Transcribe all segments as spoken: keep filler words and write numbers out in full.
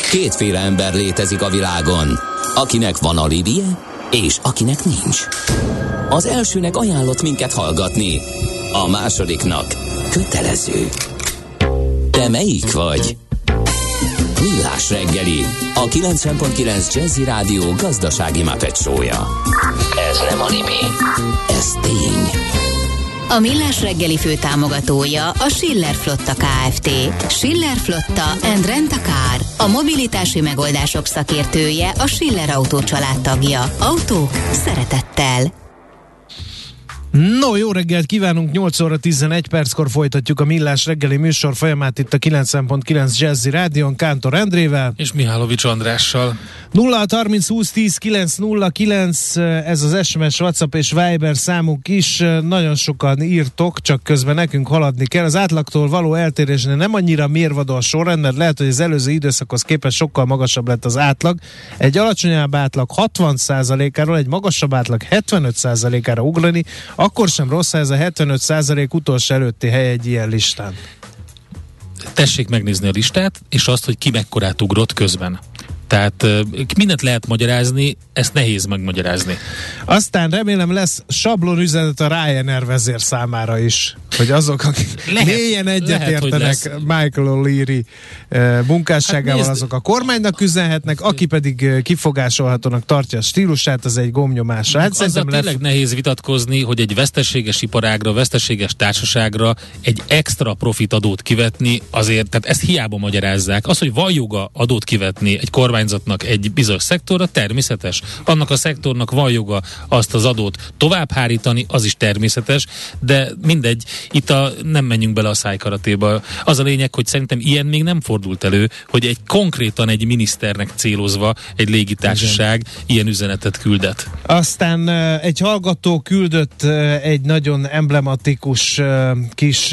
Kétféle ember létezik a világon, akinek van alibije, és akinek nincs. Az elsőnek ajánlott minket hallgatni, a másodiknak kötelező. Te melyik vagy? Millás reggeli, a kilencven pont kilenc Jazzy Rádió gazdasági Muppet show-ja. Ez nem anime, ez tény. A Millás reggeli főtámogatója a Schiller Flotta Kft. Schiller Flotta and Rent a Car. A mobilitási megoldások szakértője, a Schiller Autó család tagja. Autók szeretettel. No, jó reggelt kívánunk, nyolc óra tizenegy perckor folytatjuk a Millás reggeli műsor folyamát itt a kilencven pont kilenc Jazzy Rádión, Kántor Endrével és Mihálovics Andrással. nulla harminc húsz tíz kilenc nulla kilenc, ez az es em es, WhatsApp és Viber számunk is. Nagyon sokan írtok, csak közben nekünk haladni kell. Az átlagtól való eltérésnél nem annyira mérvadó a sorrend, mert lehet, hogy az előző időszakhoz képest sokkal magasabb lett az átlag. Egy alacsonyabb átlag hatvan százalékáról egy magasabb átlag hetvenöt százalékára ugrani, akkor sem rossz, ez a hetvenöt százalék utolsó előtti hely egy ilyen listán. Tessék megnézni a listát, és azt, hogy ki mekkorát ugrott közben. Tehát mindent lehet magyarázni, ezt nehéz megmagyarázni. Aztán remélem lesz sablonüzenet a Ryanair vezér számára is, hogy azok, akik lehet, mélyen egyetértenek Michael O'Leary uh, munkásságával, hát azok a kormánynak üzenhetnek, aki pedig uh, kifogásolhatónak tartja a stílusát, az egy gombnyomásra. Hát azzal tényleg lef... nehéz vitatkozni, hogy egy veszteséges iparágra, veszteséges társaságra egy extra profit adót kivetni, azért, tehát ezt hiába magyarázzák. Az, hogy van joga adót kivetni egy kormányzatnak egy bizonyos szektorra, természetes. Annak a szektornak van joga azt az adót továbbhárítani, az is természetes, de mindegy, itt a, nem menjünk bele a szájkaratéba. Az a lényeg, hogy szerintem ilyen még nem fordult elő, hogy egy konkrétan egy miniszternek célozva egy légitársaság igen. ilyen üzenetet küldött. Aztán egy hallgató küldött egy nagyon emblematikus kis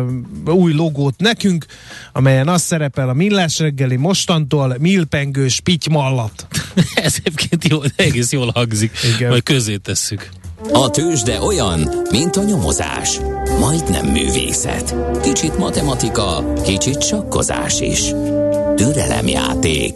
új logót nekünk, amelyen az szerepel a Millás reggeli mostantól milpengős pitymallat. Ez egyébként jó, egész jól hangzik. Igen. Majd közé tesszük. A tőzsde olyan, mint a nyomozás. Majdnem művészet. Kicsit matematika, kicsit sakkozás is. Türelemjáték.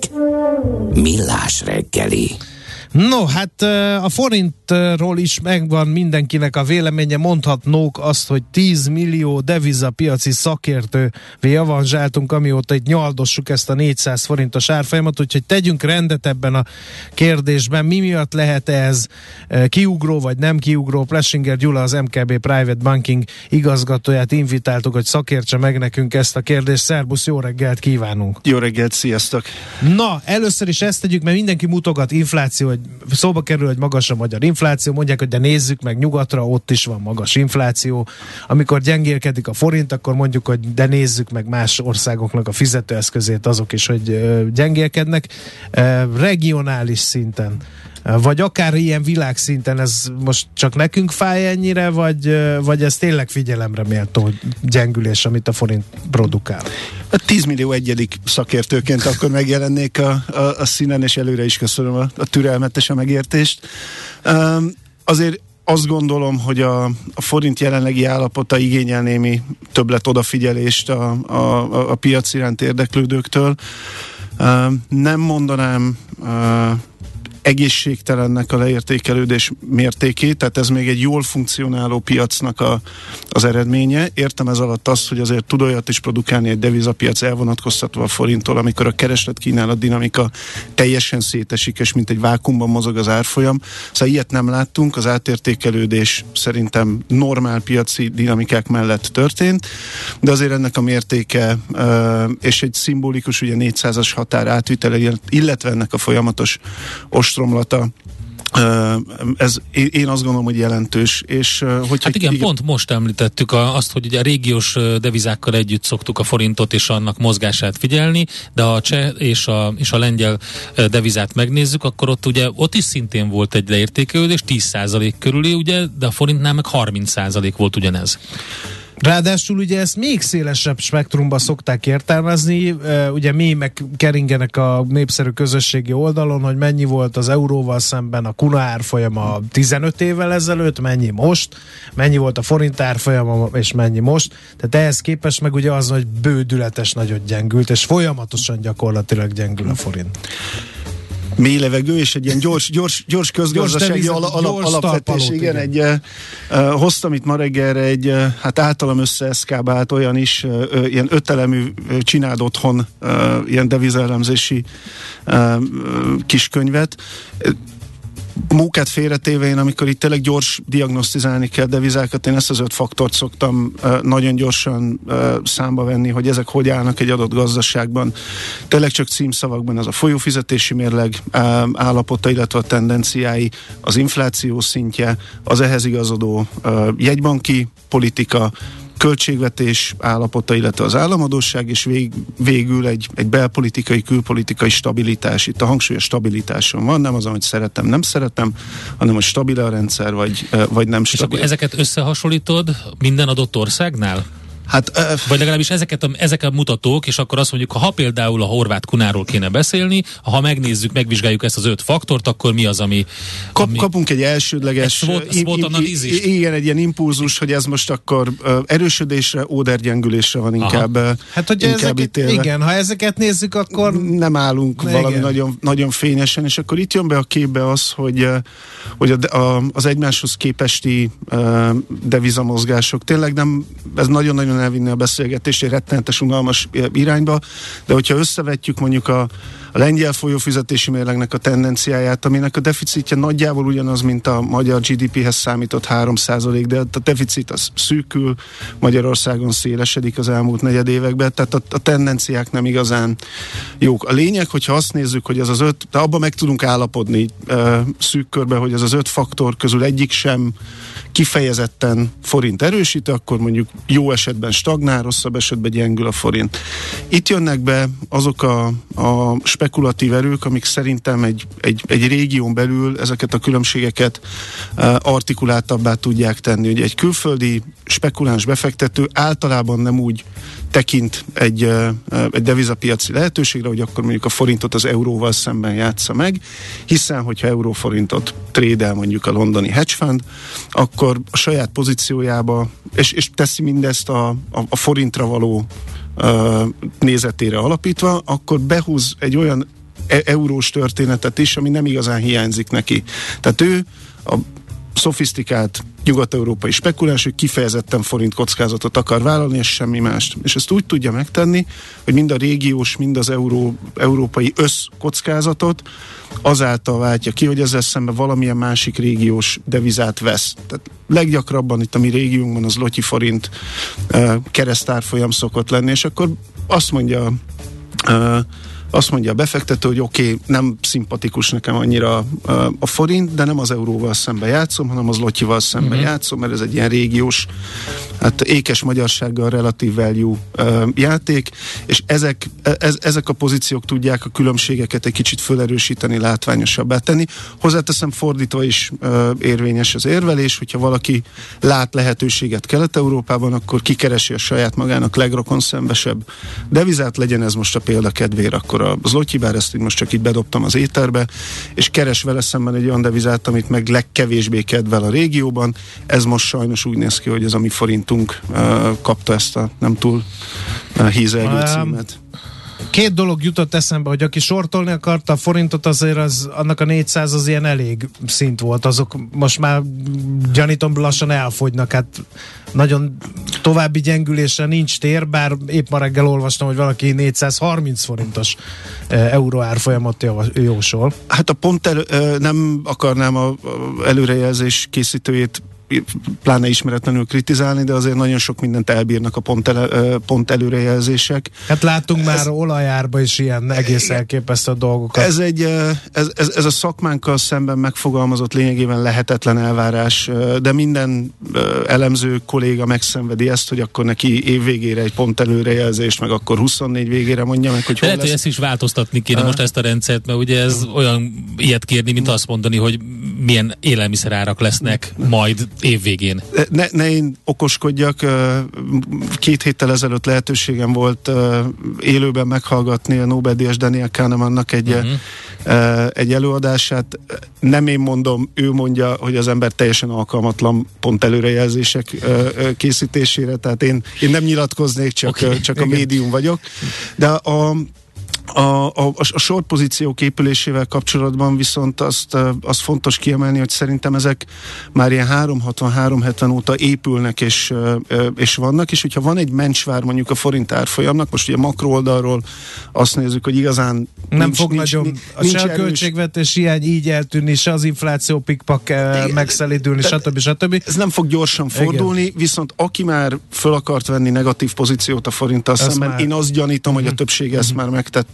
Millás reggeli. No, hát a forintról is megvan mindenkinek a véleménye, mondhatnók azt, hogy tíz millió devizapiaci szakértővé avanzsáltunk, amióta itt nyaldossuk ezt a négyszáz forintos árfolyamat, úgyhogy tegyünk rendet ebben a kérdésben. Mi miatt lehet ez kiugró vagy nem kiugró? Plessinger Gyula, az em ká bé Private Banking igazgatóját invitáltuk, hogy szakértse meg nekünk ezt a kérdést. Szerbusz, jó reggelt kívánunk! Jó reggelt, sziasztok! Na, először is ezt tegyük, mert mindenki mutogat infláció, hogy szóba kerül, hogy magas a magyar infláció, mondják, hogy de nézzük meg nyugatra, ott is van magas infláció. Amikor gyengélkedik a forint, akkor mondjuk, hogy de nézzük meg más országoknak a fizetőeszközét, azok is, hogy ö, gyengélkednek. Ö, regionális szinten, vagy akár ilyen világszinten, ez most csak nekünk fáj ennyire, vagy, vagy ez tényleg figyelemre méltó gyengülés, amit a forint produkál? A tíz millió egyedik szakértőként akkor megjelennék a, a, a színen, és előre is köszönöm a, a türelmet és a megértést. Um, azért azt gondolom, hogy a, a forint jelenlegi állapota igényel némi többlet odafigyelést a, a, a piac iránt érdeklődőktől. Um, nem mondanám uh, egészségtelennek a leértékelődés mértékét, tehát ez még egy jól funkcionáló piacnak a, az eredménye. Értem ez alatt azt, hogy azért tud olyat is produkálni egy devizapiac elvonatkoztatva a forinttól, amikor a kereslet-kínálat dinamika teljesen szétesik, és mint egy vákuumban mozog az árfolyam. Szóval ilyet nem láttunk, az átértékelődés szerintem normál piaci dinamikák mellett történt, de azért ennek a mértéke és egy szimbolikus ugye négyszázas határ átvitele, illetve ennek a folyamatos ostromlata, ez én azt gondolom, hogy jelentős. És, hogy hát igen, igen, pont most említettük a, azt, hogy ugye a régiós devizákkal együtt szoktuk a forintot és annak mozgását figyelni, de ha a cseh és a, és a lengyel devizát megnézzük, akkor ott ugye ott is szintén volt egy leértékelődés, tíz százalék körüli, ugye, de a forintnál meg harminc százalék volt ugyanez. Ráadásul ugye ezt még szélesebb spektrumban szokták értelmezni, ugye mi meg keringenek a népszerű közösségi oldalon, hogy mennyi volt az euróval szemben a kuna árfolyama tizenöt évvel ezelőtt, mennyi most, mennyi volt a forint árfolyama és mennyi most, tehát ehhez képest meg ugye az, hogy bődületes nagyot gyengült, és folyamatosan gyakorlatilag gyengül a forint. Mély levegő, és egy ilyen gyors, gyors, gyors közgazdasági gyors ala, alap, alapvetés. Igen, egy, uh, hoztam itt ma reggelre egy, uh, hát általam összeeszkábált olyan is, uh, ilyen ötelemű uh, csináld otthon, uh, ilyen devizaelemzési uh, kiskönyvet. Mókát félretéve én, amikor itt tényleg gyors diagnosztizálni kell devizákat, én ezt az öt faktort szoktam uh, nagyon gyorsan uh, számba venni, hogy ezek hogy állnak egy adott gazdaságban. Tényleg csak címszavakban az a folyófizetési mérleg uh, állapota, illetve a tendenciái, az infláció szintje, az ehhez igazodó uh, jegybanki politika, költségvetés állapota, illetve az államadósság, és vég, végül egy, egy belpolitikai, külpolitikai stabilitás. Itt a hangsúly a stabilitáson van, nem az, hogy szeretem, nem szeretem, hanem hogy stabil a rendszer, vagy, vagy nem stabil. És akkor ezeket összehasonlítod minden adott országnál? Hát, uh, vagy legalábbis ezeket a, ezek a mutatók, és akkor azt mondjuk, ha például a horvát kunáról kéne beszélni, ha megnézzük, megvizsgáljuk ezt az öt faktort, akkor mi az, ami... Kap, ami kapunk egy elsődleges... Egy SWOT analízis. Igen, egy ilyen impulzus, hogy ez most akkor uh, erősödésre, ódergyengülésre van inkább, uh, hát, hogy inkább ezeket, igen, ha ezeket nézzük, akkor... Nem állunk igen. valami nagyon, nagyon fényesen, és akkor itt jön be a képbe az, hogy, uh, hogy a, a, az egymáshoz képesti uh, devizamozgások tényleg nem... Ez nagyon-nagyon elvinni a beszélgetést egy rettenetes, unalmas irányba, de hogyha összevetjük mondjuk a, a lengyel folyófizetési mérlegnek a tendenciáját, aminek a deficitje nagyjából ugyanaz, mint a magyar gé dé péhez számított három százalék, de a deficit az szűkül, Magyarországon szélesedik az elmúlt negyed években, tehát a, a tendenciák nem igazán jók. A lényeg, hogyha azt nézzük, hogy ez az öt, de abban meg tudunk állapodni uh, szűk körbe, hogy ez az öt faktor közül egyik sem kifejezetten forint erősítő, akkor mondjuk jó esetben stagnál, rosszabb esetben gyengül a forint. Itt jönnek be azok a, a spekulatív erők, amik szerintem egy, egy, egy régión belül ezeket a különbségeket uh, artikuláltabbá tudják tenni. Ugye egy külföldi spekuláns befektető általában nem úgy tekint egy, uh, egy devizapiaci lehetőségre, hogy akkor mondjuk a forintot az euróval szemben játsza meg, hiszen hogyha euróforintot trédel mondjuk a londoni hedge fund, akkor a saját pozíciójába, és, és teszi mindezt a, a, a forintra való uh, nézetére alapítva, akkor behúz egy olyan e- eurós történetet is, ami nem igazán hiányzik neki. Tehát ő a szofisztikált nyugat-európai spekuláns, hogy kifejezetten forint kockázatot akar vállalni, és semmi mást. És ezt úgy tudja megtenni, hogy mind a régiós, mind az euró, európai összkockázatot azáltal váltja ki, hogy ezzel szemben valamilyen másik régiós devizát vesz. Tehát leggyakrabban itt a mi régiónkban az lotyi forint uh, keresztárfolyam szokott lenni, és akkor azt mondja uh, azt mondja a befektető, hogy oké, okay, nem szimpatikus nekem annyira a, a forint, de nem az euróval szemben játszom, hanem az lotyival szemben uh-huh. játszom, mert ez egy ilyen régiós, hát ékes magyarsággal relatív value uh, játék, és ezek, ez, ezek a pozíciók tudják a különbségeket egy kicsit fölerősíteni, látványosabbá tenni. Hozzáteszem, fordítva is uh, érvényes az érvelés, hogyha valaki lát lehetőséget Kelet-Európában, akkor kikeresi a saját magának legrokonszembesebb devizát, legyen ez most a példa kedvére, akkor a zloty, bár ezt így most csak így bedobtam az éterbe, és keres vele szemben egy olyan devizát, amit meg legkevésbé kedvel a régióban. Ez most sajnos úgy néz ki, hogy ez a mi forintunk uh, kapta ezt a nem túl uh, hízelgő címet. Két dolog jutott eszembe, hogy aki sortolni akarta a forintot, azért az, annak a négyszáz az ilyen elég szint volt. Azok most már gyanítom lassan elfogynak, hát nagyon további gyengülésre nincs tér, bár épp ma reggel olvastam, hogy valaki négyszázharminc forintos euró árfolyamot jósol. Hát a pont elő, nem akarnám a előrejelzés készítőjét pláne ismeretlenül kritizálni, de azért nagyon sok mindent elbírnak a pont, ele, pont előrejelzések. Hát láttunk ez, már olajárba is ilyen egész elképesztő dolgokat. Ez, egy, ez, ez, ez a szakmánkkal szemben megfogalmazott lényegében lehetetlen elvárás, de minden elemző kolléga megszenvedi ezt, hogy akkor neki év végére egy pont előrejelzést, meg akkor huszonnégy végére mondja meg, hogy hol lehet, lesz. Hogy ezt is változtatni kéne uh. most ezt a rendszert, mert ugye ez olyan ilyet kérni, mint azt mondani, hogy milyen élelmiszerárak lesznek majd évvégén. Ne, ne én okoskodjak, két héttel ezelőtt lehetőségem volt élőben meghallgatni a Nobel-díjas Daniel Kahnemannak egy, uh-huh. egy előadását. Nem én mondom, ő mondja, hogy az ember teljesen alkalmatlan pont előrejelzések készítésére, tehát én, én nem nyilatkoznék, csak, okay. csak a médium vagyok. De a A, a, a sorpozíciók épülésével kapcsolatban viszont azt, azt fontos kiemelni, hogy szerintem ezek már ilyen háromszázhatvan hetven óta épülnek és, és vannak, és hogyha van egy mencsvár mondjuk a forint árfolyamnak, most ugye makro oldalról azt nézzük, hogy igazán nem nincs, fog nincs, nagyon nincs, se a költségvetés hiány így eltűnni, se az infláció pikpak megszelidülni, stb. stb. Ez nem fog gyorsan fordulni, igen. Viszont aki már föl akart venni negatív pozíciót a forinttal szemben, már... én azt gyanítom, uh-huh. hogy a többség ezt uh-huh. már megtette.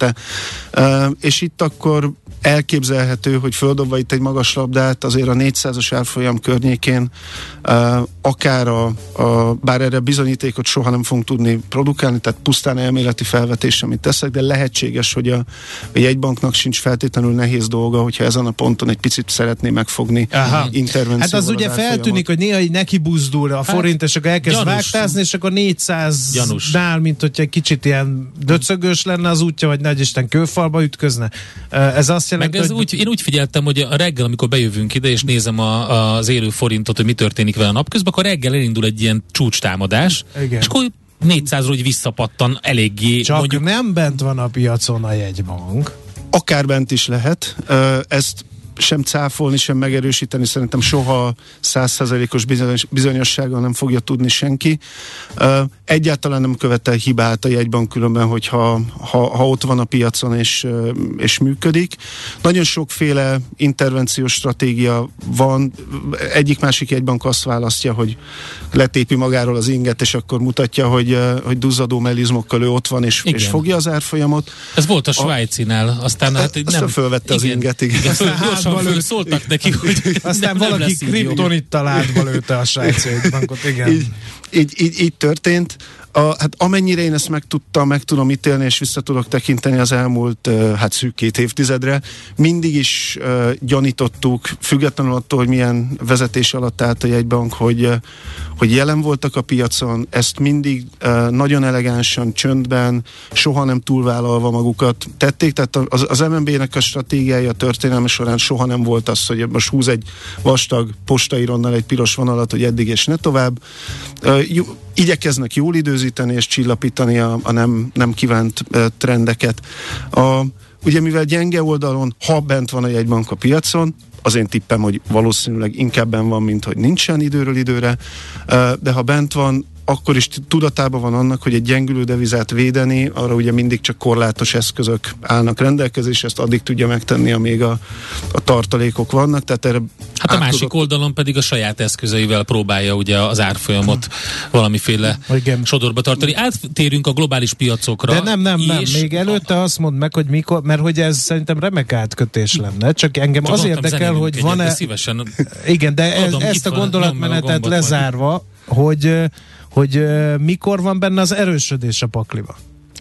Uh, és itt akkor elképzelhető, hogy földobva itt egy magas labdát, azért a négyszázas árfolyam környékén uh, akár a, a, bár erre bizonyítékot soha nem fogunk tudni produkálni, tehát pusztán elméleti felvetés, amit teszek, de lehetséges, hogy a, a jegybanknak sincs feltétlenül nehéz dolga, hogyha ezen a ponton egy picit szeretné megfogni intervencióval. Hát az ugye feltűnik, hogy néha így neki buzdul a forint, hát, és akkor elkezd gyanús. vágtázni, és akkor négyszáznál, mint hogyha egy kicsit ilyen döcögös lenne az útja, vagy nagy Isten kőfalba ütközne. Ez azt jelenti, Meg ez hogy... úgy, én úgy figyeltem, hogy a reggel, amikor bejövünk ide, és nézem a, az élő forintot, hogy mi történik vele a napközben, akkor reggel elindul egy ilyen csúcstámadás, igen. és akkor négyszázról hogy visszapattan eléggé. Csak mondjuk... nem bent van a piacon a jegybank. Akár bent is lehet. Ezt sem cáfolni, sem megerősíteni szerintem soha száz százalékos bizonyos, bizonyossággal nem fogja tudni senki. Uh, egyáltalán nem követel hibát a jegybank különben, hogyha ha, ha ott van a piacon és, uh, és működik. Nagyon sokféle intervenciós stratégia van. Egyik-másik jegybank azt választja, hogy letépi magáról az inget, és akkor mutatja, hogy, uh, hogy duzzadó mellizmokkal ő ott van, és, és fogja az árfolyamot. Ez volt a svájcinál, aztán hát, hát nem fölvette az inget, igen. igen Föl, szóltak neki, hogy aztán nem, valaki kriptonittal átba lőtte a svájci bankot, igen. Így, így, így, így történt. A, hát amennyire én ezt meg tudtam, meg tudom ítélni, és vissza tudok tekinteni az elmúlt uh, hát szűk két évtizedre, mindig is uh, gyanítottuk, függetlenül attól, hogy milyen vezetés alatt állt a jegybank, hogy, uh, hogy jelen voltak a piacon, ezt mindig uh, nagyon elegánsan, csöndben, soha nem túlvállalva magukat tették, tehát az, az em en bé-nek a stratégiája a történelme során soha nem volt az, hogy most húz egy vastag postaironnal egy piros vonalat, hogy eddig és ne tovább. Uh, jó, igyekeznek jól időzíteni és csillapítani a, a nem, nem kívánt uh, trendeket. A, ugye mivel gyenge oldalon, ha bent van a jegybank a piacon, az én tippem, hogy valószínűleg inkább benn van, mint hogy nincsen időről időre, uh, de ha bent van, akkor is tudatában van annak, hogy egy gyengülő devizát védeni, arra ugye mindig csak korlátos eszközök állnak rendelkezésre, ezt addig tudja megtenni, amíg a, a tartalékok vannak. Tehát erre hát a másik tudok... oldalon pedig a saját eszközeivel próbálja ugye az árfolyamot valamiféle igen. sodorba tartani. Áttérünk a globális piacokra. De nem, nem, nem. Még előtte a... azt mondd meg, hogy mikor, mert hogy ez szerintem remek átkötés lenne. Csak engem csak az érdekel, hogy van-e... Szívesen igen, de ez, ezt a gondolatmenetet lezárva, hogy hogy uh, mikor van benne az erősödés a pakliba?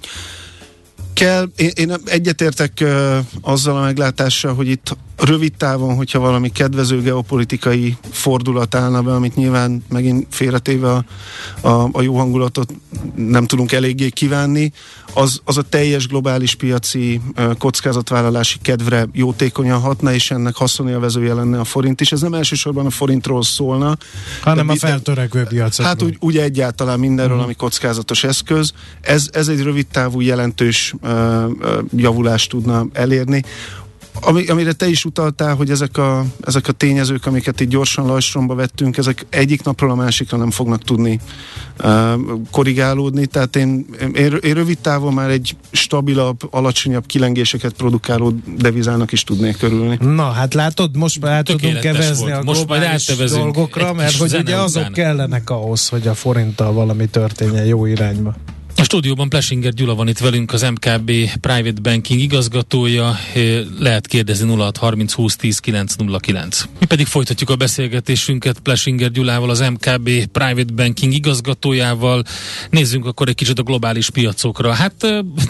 Kell, én, én egyetértek uh, azzal a meglátással, hogy itt rövid távon, hogyha valami kedvező geopolitikai fordulat állna be, amit nyilván megint félretéve a, a, a jó hangulatot nem tudunk eléggé kívánni, az, az a teljes globális piaci uh, kockázatvállalási kedvre jótékonyan hatna, és ennek haszonélvezője lenne a forint is. Ez nem elsősorban a forintról szólna, hanem a feltörekvő piacokról. Hát úgy, úgy egyáltalán mindenről, uh-huh. ami kockázatos eszköz. Ez, ez egy rövid távú jelentős uh, uh, javulást tudna elérni. Ami, amire te is utaltál, hogy ezek a, ezek a tényezők, amiket itt gyorsan lajstromba vettünk, ezek egyik napról a másikra nem fognak tudni uh, korrigálódni, tehát én, én, én rövid távon már egy stabilabb, alacsonyabb kilengéseket produkáló devizának is tudnék örülni. Na, hát látod, most már át tudunk kevezni a globális dolgokra, mert hogy ugye azok után kellenek ahhoz, hogy a forinttal valami történjen jó irányba. A stúdióban Plesinger Gyula van itt velünk, az em ká bé Private Banking igazgatója. Lehet kérdezni nulla hat harminc húsz tíz kilenc nulla kilenc. Mi pedig folytatjuk a beszélgetésünket Plesinger Gyulával, az em ká bé Private Banking igazgatójával. Nézzünk akkor egy kicsit a globális piacokra. Hát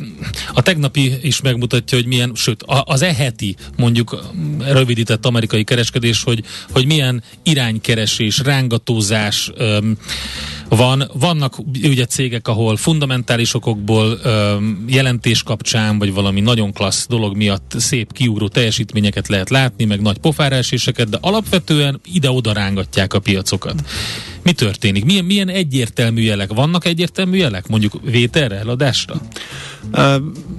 a tegnapi is megmutatja, hogy milyen, sőt az e-heti mondjuk rövidített amerikai kereskedés, hogy, hogy milyen iránykeresés, rángatózás öm, van. Vannak ugye cégek, ahol fundamentális okokból öm, jelentés kapcsán, vagy valami nagyon klassz dolog miatt szép kiugró teljesítményeket lehet látni, meg nagy pofáráséseket, de alapvetően ide-oda rángatják a piacokat. Mi történik? Milyen, milyen egyértelmű jelek? Vannak egyértelmű jelek? Mondjuk vételre, eladásra? Uh,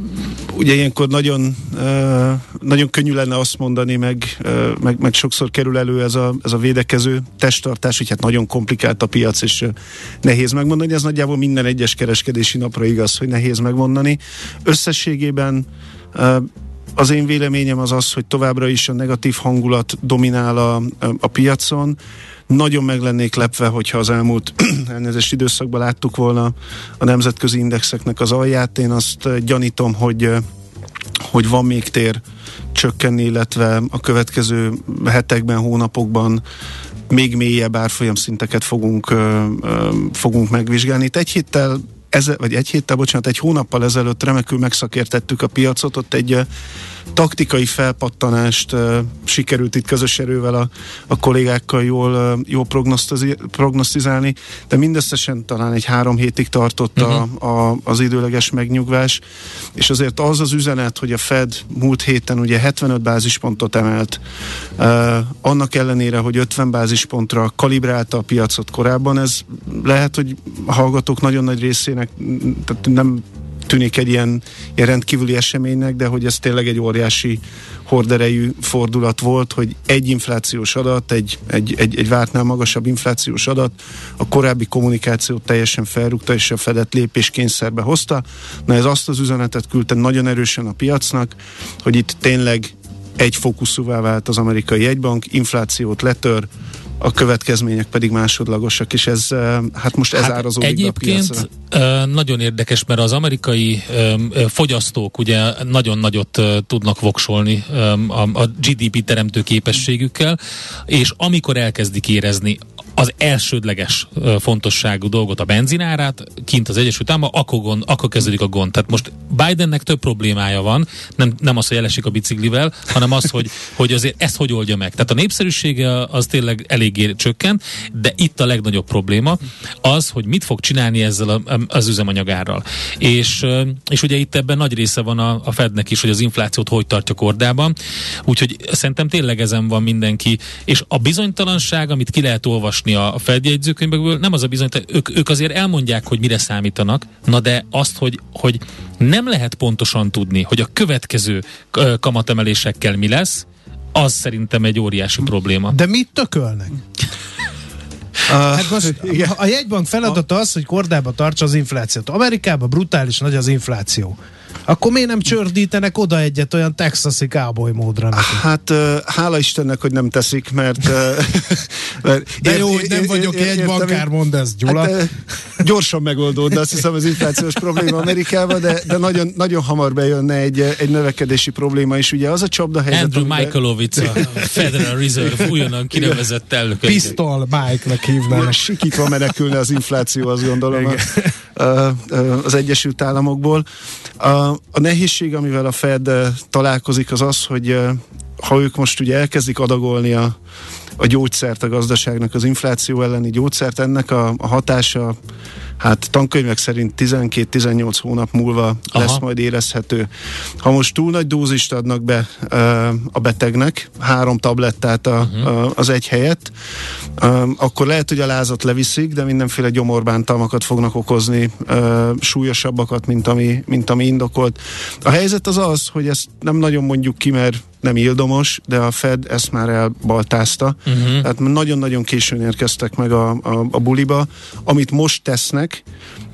ugye ilyenkor nagyon, uh, nagyon könnyű lenne azt mondani, meg, uh, meg, meg sokszor kerül elő ez a, ez a védekező testtartás, hogy hát nagyon komplikált a piac, és uh, nehéz megmondani. Ez nagyjából minden egyes kereskedési napra igaz, hogy nehéz megmondani. Összességében uh, az én véleményem az az, hogy továbbra is a negatív hangulat dominál a, a piacon. Nagyon meg lennék lepve, hogyha az elmúlt elnézést időszakban láttuk volna a nemzetközi indexeknek az alját. Én azt gyanítom, hogy, hogy van még tér csökkenni, illetve a következő hetekben, hónapokban még mélyebb árfolyamszinteket fogunk, fogunk megvizsgálni. Itt egy héttel Eze, vagy egy héttel, bocsánat, egy hónappal ezelőtt remekül megszakértettük a piacot, ott egy uh, taktikai felpattanást uh, sikerült itt közös erővel a, a kollégákkal jól, uh, jól prognosztizálni, de mindösszesen talán egy három hétig tartott uh-huh. a, a, az időleges megnyugvás, és azért az az üzenet, hogy a Fed múlt héten ugye hetvenöt bázispontot emelt, uh, annak ellenére, hogy ötven bázispontra kalibrálta a piacot korábban, ez lehet, hogy a hallgatók nagyon nagy részének tehát nem tűnik egy ilyen, ilyen rendkívüli eseménynek, de hogy ez tényleg egy óriási horderejű fordulat volt, hogy egy inflációs adat, egy, egy, egy, egy vártnál magasabb inflációs adat a korábbi kommunikációt teljesen felrúgta, és a Fedet lépéskényszerbe hozta. Na ez azt az üzenetet küldte nagyon erősen a piacnak, hogy itt tényleg egy fókuszúvá vált az amerikai jegybank, inflációt letör, a következmények pedig másodlagosak, és ez, hát most ez hát árazódik a piacra. Egyébként nagyon érdekes, mert az amerikai fogyasztók ugye nagyon nagyot tudnak voksolni a gé dé pé teremtő képességükkel, és amikor elkezdik érezni az elsődleges fontosságú dolgot, a benzinárát, kint az Egyesült Államokban, akkor, gond, akkor kezdődik a gond. Tehát most Bidennek több problémája van, nem, nem az, hogy elesik a biciklivel, hanem az, hogy, hogy azért ezt hogy oldja meg. Tehát a népszerűsége az tényleg eléggé csökkent, de itt a legnagyobb probléma az, hogy mit fog csinálni ezzel a, az üzemanyagárral. És, és ugye itt ebben nagy része van a, a Fednek is, hogy az inflációt hogy tartja kordában. Úgyhogy szerintem tényleg ezen van mindenki. És a bizonytalanság, amit ki lehet olvasni a Fed jegyzőkönyvekből, nem az a bizonytalan, ők, ők azért elmondják, hogy mire számítanak, na de azt, hogy, hogy nem lehet pontosan tudni, hogy a következő kamatemelésekkel mi lesz, az szerintem egy óriási probléma. De mit tökölnek? Uh, hát most a jegybank feladata az, hogy kordába tartsa az inflációt. Amerikában brutális nagy az infláció. Akkor miért nem csördítenek oda egyet olyan texasi cowboy módra neki? Hát hála Istennek, hogy nem teszik, mert... mert de jó, hogy nem vagyok egy bankár, mondd ezt, Gyula. Hát, gyorsan megoldódna, azt hiszem, az inflációs probléma Amerikában, de, de nagyon, nagyon hamar bejönne egy, egy növekedési probléma is. Ugye az a csapda helyzet... Andrew Michaelovic, a Federal Reserve újonnan kinevezett elnök. Pistol Mike-nak hívnának. Sikítva menekülne az infláció, azt gondolom, a, a, az Egyesült Államokból. A, a nehézség, amivel a Fed találkozik, az az, hogy ha ők most ugye elkezdik adagolni a, a gyógyszert a gazdaságnak, az infláció elleni gyógyszert, ennek a, a hatása hát tankönyvek szerint tizenkét-tizennyolc hónap múlva lesz Aha. majd érezhető. Ha most túl nagy dózist adnak be uh, a betegnek, három tablettát a, uh-huh. uh, az egy helyett, uh, akkor lehet, hogy a lázat leviszik, de mindenféle gyomorbántalmakat fognak okozni, uh, súlyosabbakat, mint ami, mint ami indokolt. A helyzet az az, hogy ezt nem nagyon mondjuk ki, mert nem ildomos, de a Fed ezt már elbaltázta. Uh-huh. Tehát nagyon-nagyon későn érkeztek meg a, a, a buliba. Amit most tesznek,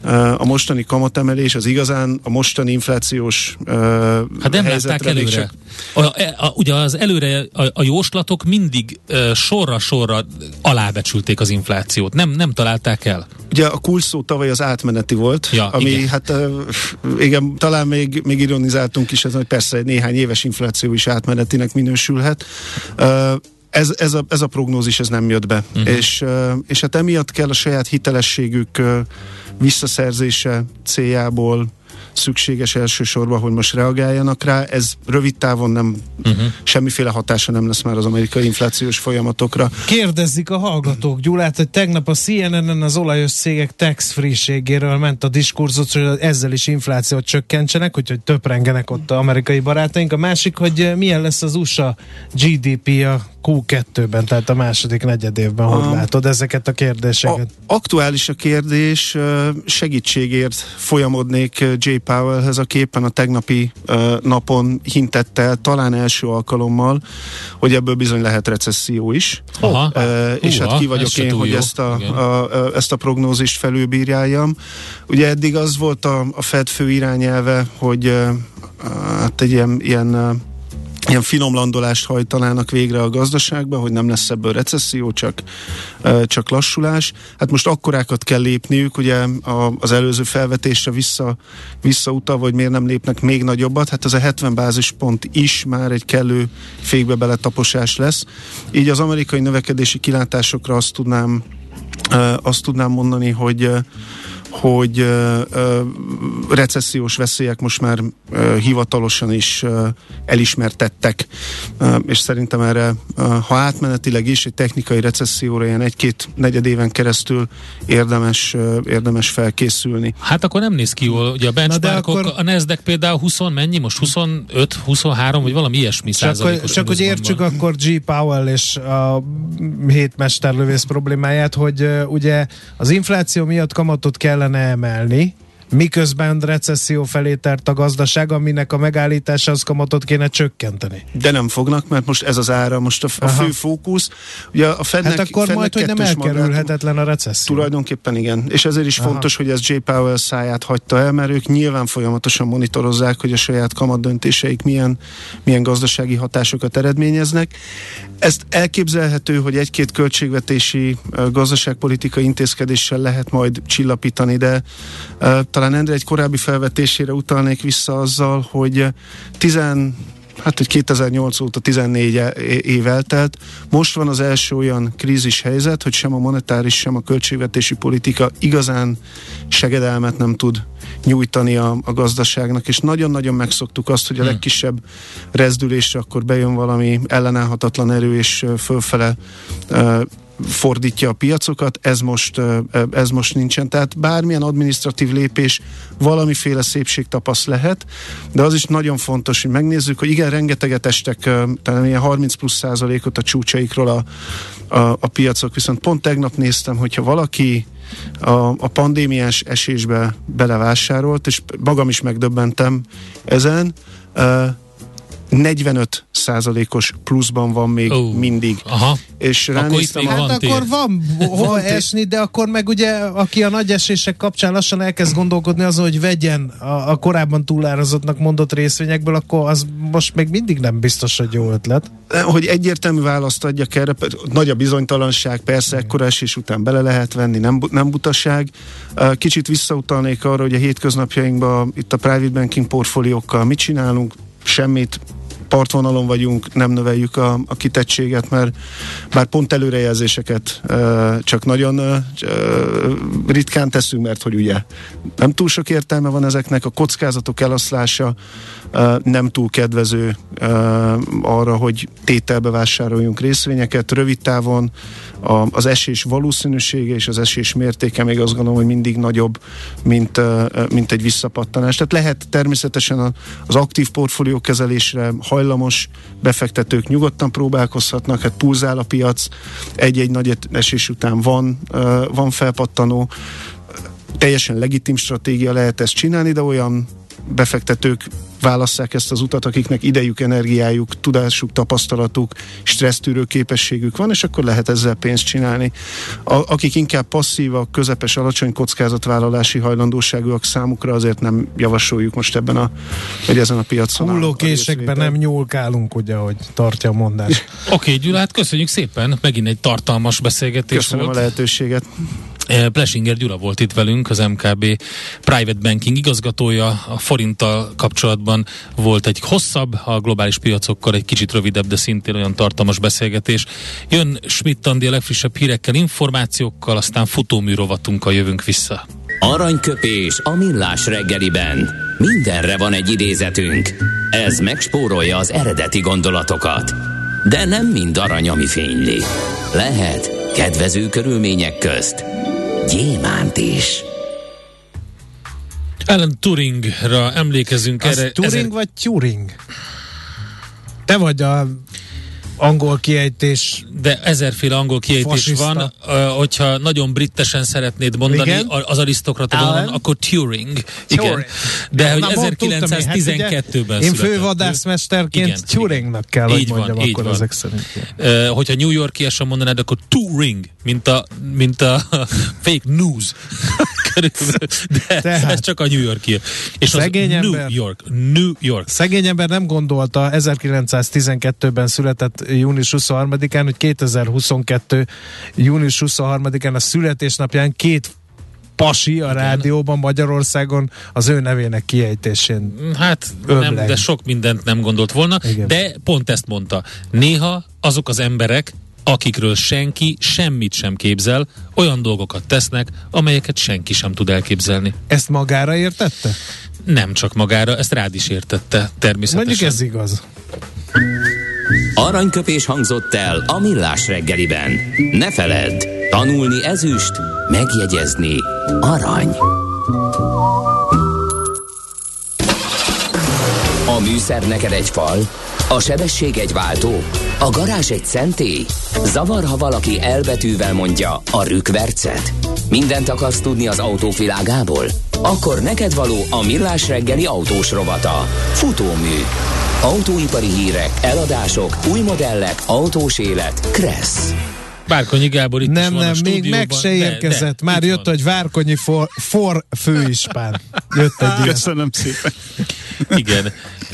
a mostani kamatemelés az igazán a mostani inflációs uh, hát nem látták előre. Csak... A, a, ugye az előre a, a jóslatok mindig uh, sorra-sorra alábecsülték az inflációt. Nem, nem találták el. Ugye a kulcsszó tavaly az átmeneti volt, ja, ami igen. hát uh, igen, talán még, még ironizáltunk is ezen, hogy persze egy néhány éves infláció is átmenetinek minősülhet. Uh, Ez, ez, a, ez a prognózis ez nem jött be. Uh-huh. És, és hát emiatt kell a saját hitelességük visszaszerzése céljából szükséges elsősorban, hogy most reagáljanak rá. Ez rövid távon nem, uh-huh. semmiféle hatása nem lesz már az amerikai inflációs folyamatokra. Kérdezzik a hallgatók Gyulát, hogy tegnap a C N N-en az olajos cégek tax-free-ségéről ment a diskurzus, hogy ezzel is inflációt csökkentsenek, úgyhogy töprengenek ott az amerikai barátaink. A másik, hogy milyen lesz az u es á gé dé pé a Q kettőben, tehát a második negyedévben, hogy a, látod ezeket a kérdéseket? A, aktuális a kérdés, segítségért folyamodnék Jay Powellhez, aki éppen a tegnapi uh, napon hintette el, talán első alkalommal, hogy ebből bizony lehet recesszió is. Aha. Uh, és Uha, hát ki vagyok én, hogy ezt a, a, a, ezt a prognózist felülbírjáljam. Ugye eddig az volt a, a Fed fő irányelve, hogy uh, hát egy ilyen, ilyen uh, ilyen finom landolást hajtanának végre a gazdaságba, hogy nem lesz ebből recesszió, csak, csak lassulás. Hát most akkorákat kell lépniük, ugye az előző felvetésre vissza, visszautalva, hogy miért nem lépnek még nagyobbat, hát ez a hetven bázispont is már egy kellő fékbe beletaposás lesz. Így az amerikai növekedési kilátásokra azt tudnám, azt tudnám mondani, hogy hogy uh, uh, recessziós veszélyek most már uh, hivatalosan is uh, elismertettek, uh, és szerintem erre, uh, ha átmenetileg is egy technikai recesszióra ilyen egy-két negyed éven keresztül érdemes, uh, érdemes felkészülni. Hát akkor nem néz ki jól, ugye a benchmarkok, akkor... a Nasdaq például húsz mennyi? Most huszonöt, huszonhárom, vagy valami ilyesmi százalékos. Csak hogy értsük van. Akkor G. Powell és a hét mesterlövész problémáját, hogy uh, ugye az infláció miatt kamatot kellene emelni, miközben recesszió felé tert a gazdaság, aminek a megállítása az kamatot kéne csökkenteni. De nem fognak, mert most ez az ára, most a, a fő fókusz. Ugye a Fednek, hát akkor Fednek majd, hogy nem elkerülhetetlen mandátum, a recesszió. Tulajdonképpen igen. És ezért is Aha. fontos, hogy ez Jay Powell száját hagyta el, mert ők nyilván folyamatosan monitorozzák, hogy a saját kamat döntéseik milyen, milyen gazdasági hatásokat eredményeznek. Ezt elképzelhető, hogy egy-két költségvetési gazdaságpolitikai intézkedéssel lehet majd csillapítani, de uh, talán Endre egy korábbi felvetésére utalnék vissza azzal, hogy tizen hát hogy kétezer-nyolc óta tizennégy év eltelt. Most van az első olyan krízis helyzet, hogy sem a monetáris, sem a költségvetési politika igazán segedelmet nem tud nyújtani a, a gazdaságnak, és nagyon-nagyon megszoktuk azt, hogy a legkisebb rezdülésre akkor bejön valami ellenállhatatlan erő, és fölfele uh, fordítja a piacokat, ez most, ez most nincsen. Tehát bármilyen adminisztratív lépés valamiféle szépségtapasz lehet, de az is nagyon fontos, hogy megnézzük, hogy igen, rengeteget estek, talán ilyen harminc plusz százalékot a csúcsaikról a, a, a piacok, viszont pont tegnap néztem, hogyha valaki a, a pandémiás esésbe belevásárolt, és magam is megdöbbentem ezen, negyvenöt százalékos pluszban van még oh, mindig. Aha. És ránéztem, hát van akkor van hova esni, de akkor meg ugye, aki a nagy esések kapcsán lassan elkezd gondolkodni azon, hogy vegyen a, a korábban túlárazottnak mondott részvényekből, akkor az most még mindig nem biztos, hogy jó ötlet. Hogy egyértelmű választ adjak erre, nagy a bizonytalanság, persze ekkora esés után bele lehet venni, nem, nem butaság. Kicsit visszautalnék arra, hogy a hétköznapjainkban itt a private banking portfóliókkal mit csinálunk, semmit, partvonalon vagyunk, nem növeljük a, a kitettséget, mert bár pont előrejelzéseket uh, csak nagyon uh, ritkán teszünk, mert hogy ugye nem túl sok értelme van ezeknek, a kockázatok eloszlása uh, nem túl kedvező uh, arra, hogy tételbe vásároljunk részvényeket. Rövid távon a, az esés valószínűsége és az esés mértéke még azt gondolom, hogy mindig nagyobb, mint, uh, mint egy visszapattanás. Tehát lehet természetesen az aktív portfóliókezelésre hajlamos befektetők nyugodtan próbálkozhatnak, hát pulzál a piac, egy-egy nagy esés után van, van felpattanó, teljesen legitim stratégia lehet ezt csinálni, de olyan befektetők válasszák ezt az utat, akiknek idejük, energiájuk, tudásuk, tapasztalatuk, stressztűrő képességük van, és akkor lehet ezzel pénzt csinálni. A, akik inkább passzívak, közepes, alacsony kockázatvállalási hajlandóságúak, számukra azért nem javasoljuk most ebben a, vagy ezen a piacon. Hullókésekben nem nyúlkálunk, ugye, hogy tartja a mondás. Oké, okay, Gyulát, köszönjük szépen, megint egy tartalmas beszélgetés Köszönöm volt. a lehetőséget. Plesinger Gyula volt itt velünk, az em ká bé Private Banking igazgatója. A forinttal kapcsolatban volt egy hosszabb, a globális piacokkal egy kicsit rövidebb, de szintén olyan tartalmas beszélgetés. Jön Schmidt Andi a legfrissebb hírekkel, információkkal, aztán futómű rovatunkkal jövünk vissza. Aranyköpés a millás reggeliben. Mindenre van egy idézetünk. Ez megspórolja az eredeti gondolatokat. De nem mind arany, ami fényli. Lehet kedvező körülmények közt gyémánt is. Alan Turingra emlékezünk az erre. Turing ezer... vagy Turing? Te vagy a angol kiejtés. De ezerféle angol kiejtés fasiszta. van, uh, hogyha nagyon brittesen szeretnéd mondani, igen? az arisztokrata vonalon, akkor Turing. Turing. Igen. De hogy Na, ezerkilencszáztizenkettőben hát én született. fővadászmesterként Igen, Turingnak kell, így hogy mondjam, van, akkor így ezek van. szerint. Uh, hogyha New York-iesen mondanád, akkor Turing, mint a, mint a fake news. De Tehát. ez csak a New York-i. És az Szegény New ember. York. New York. Szegény ember nem gondolta ezerkilencszáztizenkettőben született június huszonharmadikán, hogy kétezer-huszonkettő június huszonharmadikán a születésnapján két pasi a rádióban Magyarországon az ő nevének kiejtésén. Hát Ömleg. nem, de sok mindent nem gondolt volna, igen. De pont ezt mondta. Néha azok az emberek, akikről senki semmit sem képzel, olyan dolgokat tesznek, amelyeket senki sem tud elképzelni. Ezt magára értette? Nem csak magára, ezt rád is értette, természetesen. Mondjuk ez igaz. Aranyköpés hangzott el a millás reggeliben. Ne feledd, tanulni ezüst, megjegyezni arany. A műszer neked egy fal, a sebesség egy váltó, a garázs egy szentély. Zavar, ha valaki elbetűvel mondja a rükvercet. Mindent akarsz tudni az autóvilágából? Akkor neked való a millás reggeli autós rovata. Futómű. Autóipari hírek, eladások, új modellek, autós élet. Kressz. Várkonyi Gábor itt Nem, is van nem, a még stúdióban. meg se De, érkezett. de, Már itt jött, van. hogy Várkonyi for, for főispán. Jött egy ilyen. Köszönöm szépen. Igen.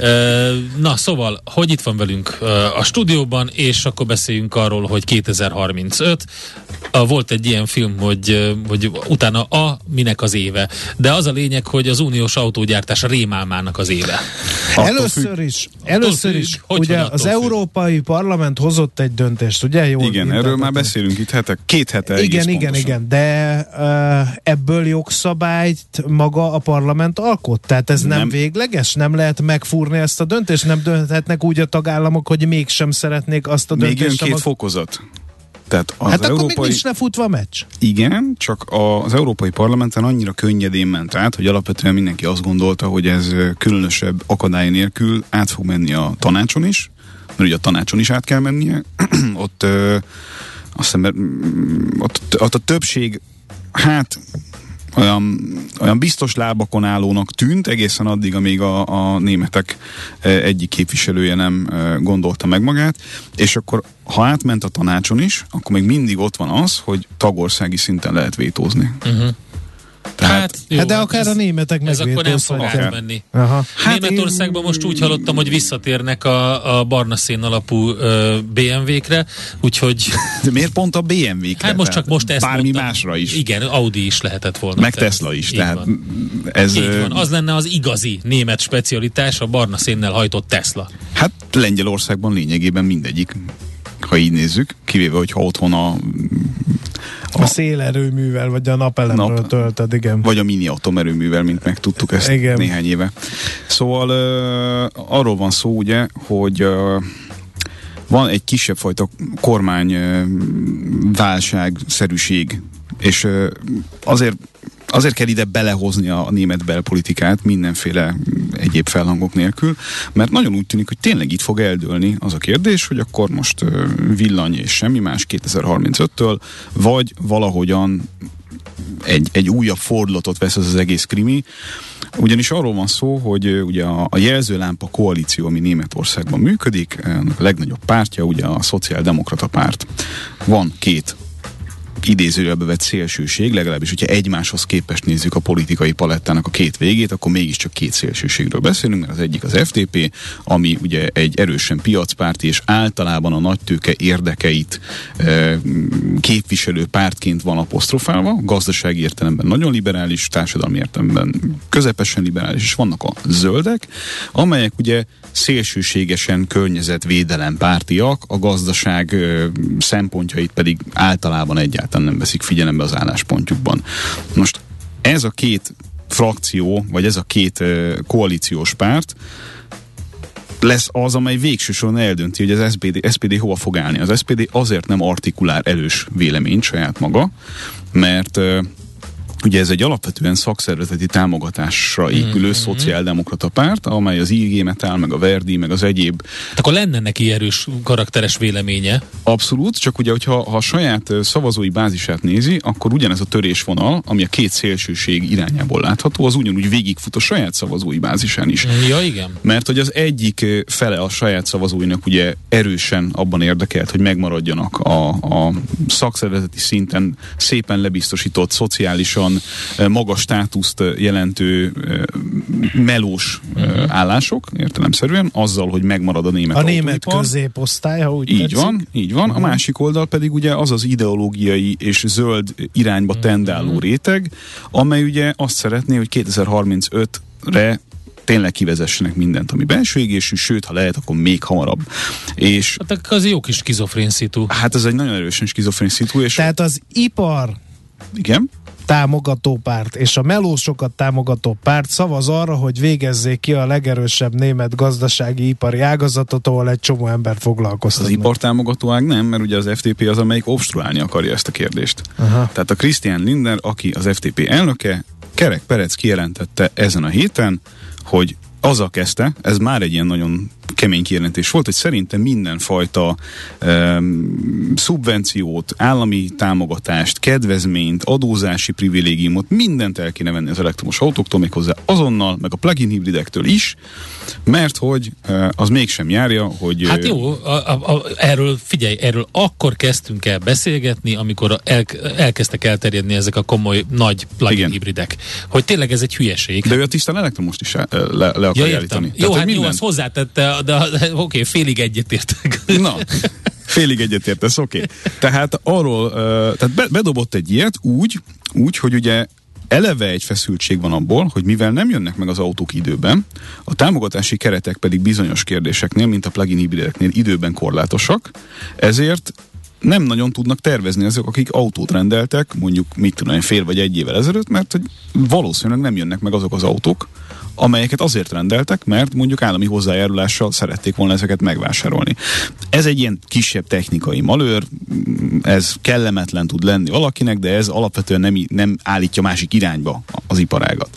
Na, szóval, hogy itt van velünk a stúdióban, és akkor beszéljünk arról, hogy kétezer-harmincöt. Volt egy ilyen film, hogy, hogy utána a minek az éve. De az a lényeg, hogy az uniós autógyártás rémálmának az éve. Először is, először is, Hogy ugye van, attól az függ. Európai Parlament hozott egy döntést, ugye? Jól Igen, erről mintettem. már beszélünk itt hetek, két hete egész Igen, igen, pontosan. igen, de uh, ebből jogszabályt maga a parlament alkot? Tehát ez nem, nem végleges? Nem lehet megfúrni ezt a döntést? Nem dönthetnek úgy a tagállamok, hogy mégsem szeretnék azt a Még jön döntést? két amag... fokozat. Tehát az Hát akkor európai... még nincs lefutva a meccs. Igen, csak az Európai Parlamenten annyira könnyedén ment át, hogy alapvetően mindenki azt gondolta, hogy ez különösebb akadály nélkül át fog menni a tanácson is, mert ugye a tanácson is át kell mennie. ott, ö, azt hiszem, ott, ott a többség, hát olyan, olyan biztos lábakon állónak tűnt, egészen addig, amíg a, a németek egyik képviselője nem gondolta meg magát, és akkor ha átment a tanácson is, akkor még mindig ott van az, hogy tagországi szinten lehet vétózni. Uh-huh. Tehát, Hát, jó, Hát de akár ez, a németek ez akkor nem fog megvétózhatják. átmenni. Aha. Hát Németországban most úgy hallottam, hogy visszatérnek a, a barna szén alapú ö, bé em vé-kre, úgyhogy... de miért pont a bé em vé-kre? Hát most csak most ezt bármi mondtam. másra is. Igen, Audi is lehetett volna. Meg Tehát, Tesla is. így Tehát van. ez, Így van. Az lenne az igazi német specialitás, a barna szénnel hajtott Tesla. hát Lengyelországban lényegében mindegyik, ha így nézzük, kivéve, hogyha otthon a A szélerőművel, vagy a napelemről Nap. töltöd, igen. vagy a mini atomerőművel, mint megtudtuk ezt Igen. néhány éve. Szóval uh, arról van szó, ugye, hogy uh, van egy kisebb fajta kormány uh, válságszerűség, és uh, azért Azért kell ide belehozni a német belpolitikát mindenféle egyéb felhangok nélkül, mert nagyon úgy tűnik, hogy tényleg itt fog eldőlni az a kérdés, hogy akkor most uh, villany és semmi más kétezer-harmincöttől, vagy valahogyan egy, egy újabb fordulatot vesz az, az egész krimi, Ugyanis arról van szó, hogy ugye a, a jelzőlámpa koalíció, ami Németországban működik, a legnagyobb pártja ugye a szociáldemokrata párt. Van két idézőjelbe vett szélsőség, legalábbis, hogyha egymáshoz képest nézzük a politikai palettának a két végét, akkor mégiscsak két szélsőségről beszélünk, mert az egyik az ef dé pé, ami ugye egy erősen piacpárti és általában a nagytőke érdekeit e, képviselő pártként van apostrofálva, gazdasági értelemben nagyon liberális, társadalmi értelemben közepesen liberális, és vannak a zöldek, amelyek ugye szélsőségesen környezetvédelem pártiak, a gazdaság e, szempontjait pedig általában egyáltalán nem veszik figyelembe az álláspontjukban. Most ez a két frakció, vagy ez a két uh, koalíciós párt lesz az, amely végső soron eldönti, hogy az es pé dé, es pé dé hova fog állni. Az es pé dé azért nem artikulál erős véleményt saját maga, mert uh, ugye ez egy alapvetően szakszervezeti támogatásra épülő mm-hmm. szociáldemokrata párt, amely az i gé Metall, meg a Verdi, meg az egyéb. Akkor lenne neki erős karakteres véleménye. Abszolút, csak ugye, hogyha ha a saját szavazói bázisát nézi, akkor ugyanez a törésvonal, ami a két szélsőség irányából látható, az ugyanúgy végigfut a saját szavazói bázisán is. Ja, igen. Mert hogy az egyik fele a saját szavazóinak ugye erősen abban érdekelt, hogy megmaradjanak a, a szakszervezeti szinten szépen lebiztosított, szociálisan magas státuszt jelentő melós uh-huh. állások, értelemszerűen, azzal, hogy megmarad a német A autóipar. német középosztály, ha úgy Így tetszik. van, így van. Uh-huh. A másik oldal pedig ugye az az ideológiai és zöld irányba tendáló uh-huh. réteg, amely ugye azt szeretné, hogy kétezer-harmincötre tényleg kivezessenek mindent, ami belső égésű, sőt, ha lehet, akkor még hamarabb. És hát az jó kis skizofrén szitu. Hát ez egy nagyon erősen skizofrén szitu. És tehát az ipar igen? támogató párt és a melósokat támogató párt szavaz arra, hogy végezzék ki a legerősebb német gazdasági ipari ágazatot, ahol egy csomó embert foglalkoztatnak. Az ipartámogató ág nem, mert ugye az ef dé pé az, amelyik obstruálni akarja ezt a kérdést. Aha. Tehát a Christian Lindner, aki az ef dé pé elnöke, Kerek Perec kijelentette ezen a héten, hogy azzal kezdte, ez már egy ilyen nagyon kemény kijelentés volt, hogy szerintem mindenfajta um, szubvenciót, állami támogatást, kedvezményt, adózási privilégiumot, mindent el kéne venni az elektromos autóktól, méghozzá azonnal, meg a plug-in hibridektől is, mert hogy uh, az mégsem járja, hogy... Hát jó, a, a, a, erről figyelj, erről akkor kezdtünk el beszélgetni, amikor el, elkezdtek elterjedni ezek a komoly nagy plug-in igen. hibridek. Hogy tényleg ez egy hülyeség. De ő a tisztán elektromost is le, le, le akar ja, állítani. Jó, tehát, hát minden... jó, azt hozzátette, de, de, de oké, okay, félig egyetértek. Na, félig egyetértesz, oké. Okay. Tehát arról, uh, tehát be, bedobott egy ilyet úgy, úgy, hogy ugye eleve egy feszültség van abból, hogy mivel nem jönnek meg az autók időben, a támogatási keretek pedig bizonyos kérdéseknél, mint a plug-in hibrideknél időben korlátosak, ezért nem nagyon tudnak tervezni azok, akik autót rendeltek, mondjuk mit tudom, fél vagy egy évvel ezelőtt, mert hogy valószínűleg nem jönnek meg azok az autók, amelyeket azért rendeltek, mert mondjuk állami hozzájárulással szerették volna ezeket megvásárolni. Ez egy ilyen kisebb technikai malőr, ez kellemetlen tud lenni valakinek, de ez alapvetően nem, nem állítja másik irányba az iparágat.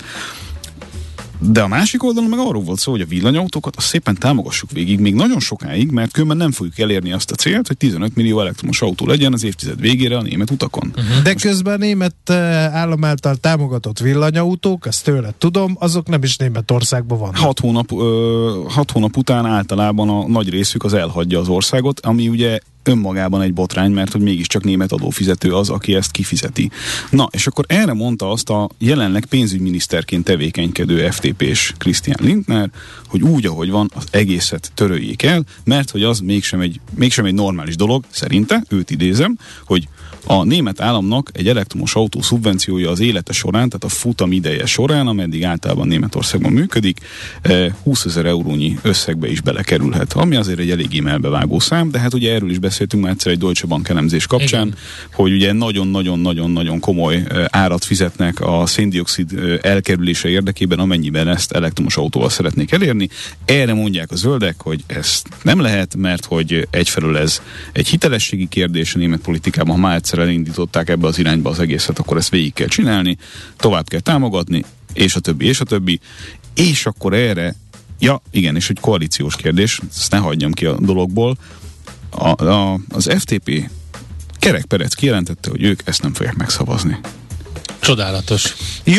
De a másik oldalon meg arról volt szó, hogy a villanyautókat azt szépen támogassuk végig, még nagyon sokáig, mert különben nem fogjuk elérni azt a célt, hogy tizenöt millió elektromos autó legyen az évtized végére a német utakon. Uh-huh. De közben a német állam által támogatott villanyautók, ezt tőled tudom, azok nem is Németországban vannak. Hat hónap, ö, hat hónap után általában a nagy részük az elhagyja az országot, ami ugye önmagában egy botrány, mert hogy mégiscsak német adófizető az, aki ezt kifizeti. Na, és akkor erre mondta azt a jelenleg pénzügyminiszterként tevékenykedő ef dé pés Christian Lindner, hogy úgy, ahogy van, az egészet töröljék el, mert hogy az mégsem egy, mégsem egy normális dolog, szerinte, őt idézem, hogy a német államnak egy elektromos autó szubvenciója az élete során, tehát a futam ideje során, ameddig általában Németországban működik, húszezer eurónyi összegbe is belekerülhet, ami azért egy eléggé melbevágó szám, de hát ugye erről is beszéltünk már egyszer egy Deutsche Bank elemzés kapcsán, igen. hogy ugye nagyon-nagyon-nagyon-nagyon komoly árat fizetnek a széndioxid elkerülése érdekében, amennyiben ezt elektromos autóval szeretnék elérni. Erre mondják a zöldek, hogy ezt nem lehet, mert hogy egyfelől ez egy hitelességi kérdés a német politikában, ha már egyszer elindították ebbe az irányba az egészet, akkor ezt végig kell csinálni, tovább kell támogatni, és a többi, és a többi. És akkor erre, ja, igen, és egy koalíciós kérdés, ezt ne hagyjam ki a dologból, a, a, az ef dé pé Kerek Perec kijelentette, hogy ők ezt nem fogják megszavazni. Csodálatos. Jó,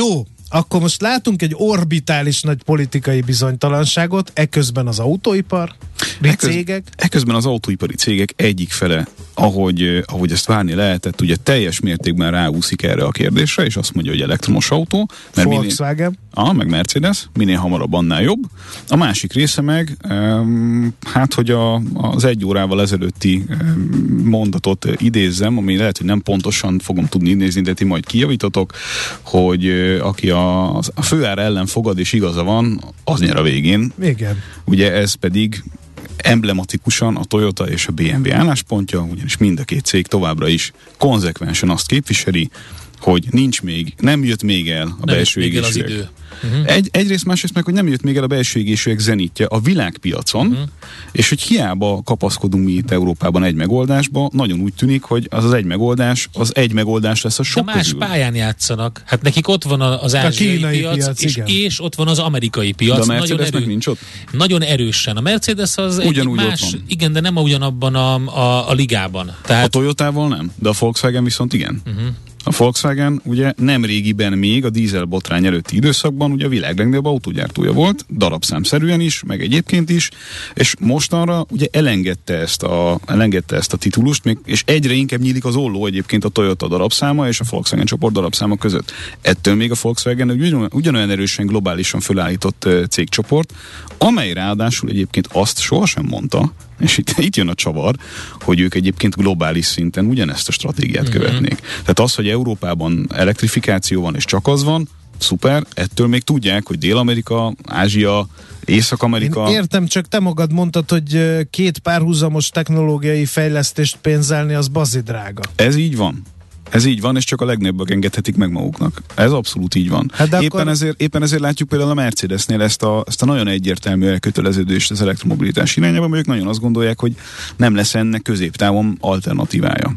akkor most látunk egy orbitális nagy politikai bizonytalanságot, eközben az autóipar, Ekköz, cégek. Eközben az autóipari cégek egyik fele, ahogy, ahogy ezt várni lehetett, ugye teljes mértékben ráúszik erre a kérdésre, és azt mondja, hogy elektromos autó. Mert Volkswagen. Minél, ah, meg Mercedes, minél hamarabb annál jobb. A másik része meg, um, hát, hogy a, az egy órával ezelőtti um, mondatot idézzem, ami lehet, hogy nem pontosan fogom tudni idézni, de ti majd kijavítotok, hogy uh, aki a, a főár ellen fogad és igaza van, az nyer a végén. Igen. Ugye ez pedig emblematikusan a Toyota és a bé em vé álláspontja, ugyanis mind a két cég továbbra is konzekvensen azt képviseli, hogy nincs még, nem jött még el a nem belső még el az égésűek. idő. Uh-huh. Egy, egyrészt, másrészt meg, hogy nem jött még el a belső égésűek zenítje a világpiacon, uh-huh. és hogy hiába kapaszkodunk mi itt Európában egy megoldásba, nagyon úgy tűnik, hogy az az egy megoldás, az egy megoldás lesz a sok de más közül. pályán játszanak. Hát nekik ott van az ázsiai piac, piac, és, és ott van az amerikai piac. De a nagyon, erő, nincs ott? nagyon erősen. A Mercedes az Ugyanúgy egy ott más, van. igen, de nem ugyanabban a, a, a ligában. Tehát, A Toyotával nem, de a Volkswagen viszont igen. uh-huh. A Volkswagen ugye nem régiben még a dízel botrány előtti időszakban ugye a világ legnagyobb autógyártója volt, darabszámszerűen is, meg egyébként is, és mostanra ugye elengedte ezt a, elengedte ezt a titulust, még, és egyre inkább nyílik az olló egyébként a Toyota darabszáma és a Volkswagen csoport darabszáma között. Ettől még a Volkswagen ugyan, ugyanolyan erősen globálisan fölállított uh, cégcsoport, amely ráadásul egyébként azt sohasem mondta, és itt, itt jön a csavar, hogy ők egyébként globális szinten ugyanezt a stratégiát uh-huh. követnék. Tehát az, hogy Európában elektrifikáció van, és csak az van, szuper, ettől még tudják, hogy Dél-Amerika, Ázsia, Észak-Amerika... Én értem, csak te magad mondtad, hogy két párhuzamos technológiai fejlesztést pénzelni, az bazidrága. Ez így van. Ez így van, és csak a legnagyobbak engedhetik meg maguknak. Ez abszolút így van. Hát éppen, akkor... ezért, éppen ezért látjuk például a Mercedesnél ezt a, ezt a nagyon egyértelmű elköteleződést az elektromobilitás irányában, mert ők nagyon azt gondolják, hogy nem lesz ennek középtávon alternatívája.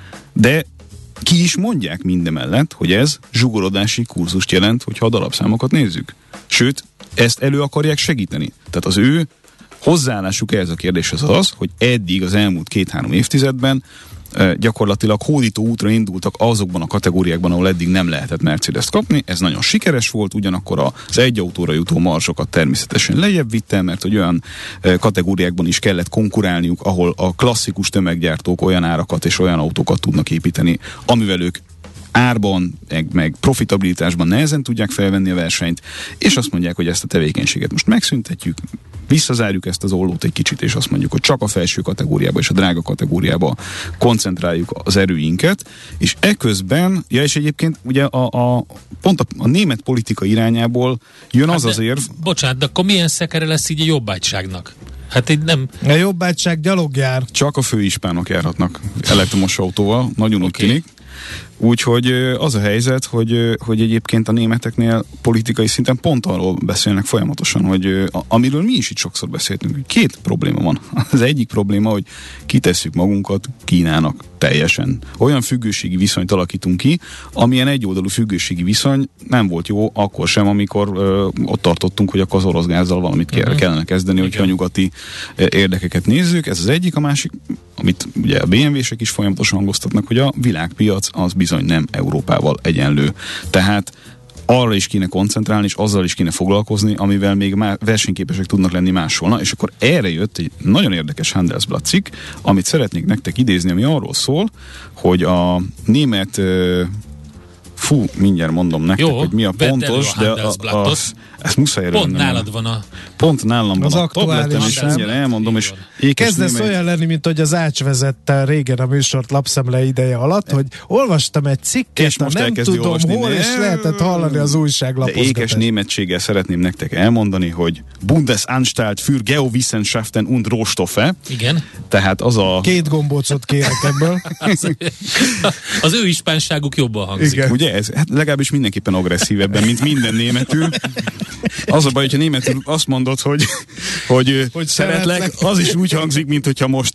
De ki is mondják mindemellett, hogy ez zsugorodási kurzust jelent, hogyha a darabszámokat nézzük. Sőt, ezt elő akarják segíteni. Tehát az ő hozzáállásuk ehhez a kérdéshez az az, hogy eddig az elmúlt két-három évtizedben gyakorlatilag hódító útra indultak azokban a kategóriákban, ahol eddig nem lehetett Mercedes-t kapni. Ez nagyon sikeres volt, ugyanakkor az egy autóra jutó marzsokat természetesen lejjebb vitte, mert hogy olyan kategóriákban is kellett konkurálniuk, ahol a klasszikus tömeggyártók olyan árakat és olyan autókat tudnak építeni, amivel ők árban, meg, meg profitabilitásban nehezen tudják felvenni a versenyt, és azt mondják, hogy ezt a tevékenységet most megszüntetjük, visszazárjuk ezt az ollót egy kicsit, és azt mondjuk, hogy csak a felső kategóriába és a drága kategóriába koncentráljuk az erőinket, és eközben, ja és egyébként ugye a, a pont a, a német politika irányából jön hát az de, az érv. Bocsánat, de akkor milyen szekere lesz így a jobbágyságnak? Hát így nem... A jobbágyság gyalog jár. Csak a főispánok járhatnak elektromos autóval, nagyon úgy okay. tűnik. Úgyhogy az a helyzet, hogy, hogy egyébként a németeknél politikai szinten pont arról beszélnek folyamatosan, hogy amiről mi is itt sokszor beszéltünk, hogy két probléma van. Az egyik probléma, hogy kitesszük magunkat Kínának teljesen. Olyan függőségi viszonyt alakítunk ki, amilyen egyoldalú függőségi viszony nem volt jó akkor sem, amikor ö, ott tartottunk, hogy akkor az orosz gázzal valamit kell, uh-huh. kellene kezdeni, okay. hogyha a nyugati ö, érdekeket nézzük. Ez az egyik, a másik, amit ugye a bé em vé-sek is folyamatosan hangoztatnak, hogy a világpiac az bizony nem Európával egyenlő. Tehát arra is kéne koncentrálni, és azzal is kéne foglalkozni, amivel még már versenyképesek tudnak lenni máshol. Na, és akkor erre jött egy nagyon érdekes Handelsblatt cikk, amit szeretnék nektek idézni, ami arról szól, hogy a német fú, mindjárt mondom nektek, jó, hogy mi a pontos, a de a, a, a, ezt muszáj erről pont nálad van a... Pont nálam van az a aktuális, és mindjárt elmondom, és kezdesz némely... olyan lenni, mint hogy az Ács vezette régen a műsort lapszemle ideje alatt, hogy olvastam egy cikket, és most nem tudom olvasni, hol, és lehetett hallani az újságlapozgatást. De ékes németséggel szeretném nektek elmondani, hogy Bundesanstalt für Geowissenschaften und Rohstoffe. Igen. Tehát az a... Két gombócot kérek ebből. az, az ő ispánságuk jobban hangzik. Igen. Ugye ez? Hát legalábbis mindenképpen agresszívebben, mint minden németül. Az a baj, hogyha németül azt mondod, hogy, hogy, hogy szeretlek, szeretlek, az is úgy hangzik, mint hogyha most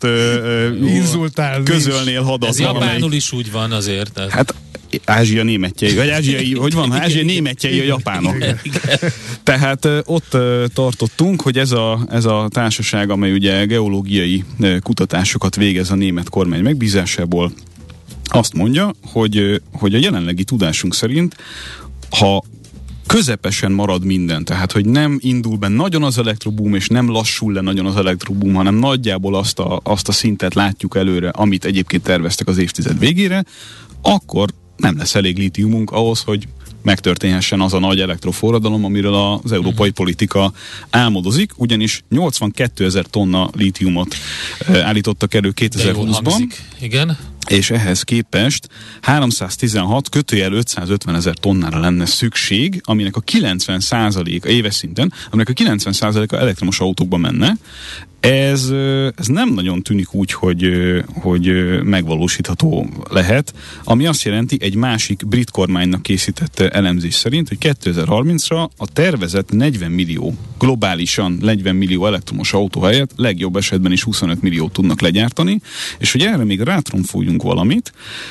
uh, közölnél hadat. Ez japánul is úgy van azért. Tehát. Hát Ázsia németjei, vagy ázsiai, hogy van, Ázsia németjei a japánok. Igen. Tehát uh, ott uh, tartottunk, hogy ez a, ez a társaság, amely ugye geológiai uh, kutatásokat végez a német kormány megbízásából, azt mondja, hogy, hogy a jelenlegi tudásunk szerint, ha közepesen marad minden, tehát hogy nem indul be nagyon az elektroboom, és nem lassul le nagyon az elektroboom, hanem nagyjából azt a, azt a szintet látjuk előre, amit egyébként terveztek az évtized végére, akkor nem lesz elég lítiumunk ahhoz, hogy megtörténhessen az a nagy elektroforradalom, amiről az európai politika álmodozik, ugyanis nyolcvankétezer tonna lítiumot állítottak elő kétezer-húszban. Igen. És ehhez képest háromszáztizenhat kötőjel ötszázötven ezer tonnára lenne szükség, aminek a kilencven százaléka éves szinten, aminek a kilencven százaléka elektromos autókba menne. Ez, ez nem nagyon tűnik úgy, hogy, hogy megvalósítható lehet, ami azt jelenti, egy másik brit kormánynak készített elemzés szerint, hogy kétezer-harmincra a tervezett negyven millió, globálisan negyven millió elektromos autó helyett legjobb esetben is huszonöt milliót tudnak legyártani, és hogy erre még rátromfoljunk valamit,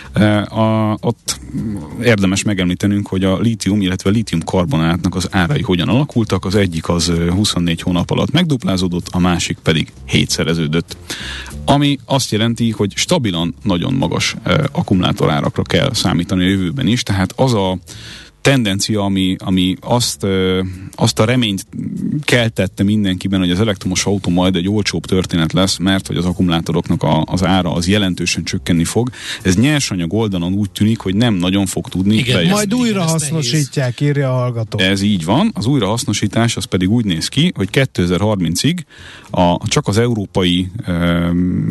a, ott érdemes megemlítenünk, hogy a lítium, illetve a lítium-karbonátnak az árai hogyan alakultak, az egyik az huszonnégy hónap alatt megduplázódott, a másik pedig hétszereződött. Ami azt jelenti, hogy stabilan nagyon magas eh, akkumulátorárakra kell számítani a jövőben is, tehát az a tendencia, ami, ami azt, ö, azt a reményt keltette mindenkiben, hogy az elektromos autó majd egy olcsóbb történet lesz, mert hogy az akkumulátoroknak a, az ára az jelentősen csökkenni fog. Ez nyersanyag oldalon úgy tűnik, hogy nem nagyon fog tudni. Igen, majd újra hasznosítják, írja a hallgató. Ez így van. Az újrahasznosítás az pedig úgy néz ki, hogy kétezer-harmincig a, csak az európai ö,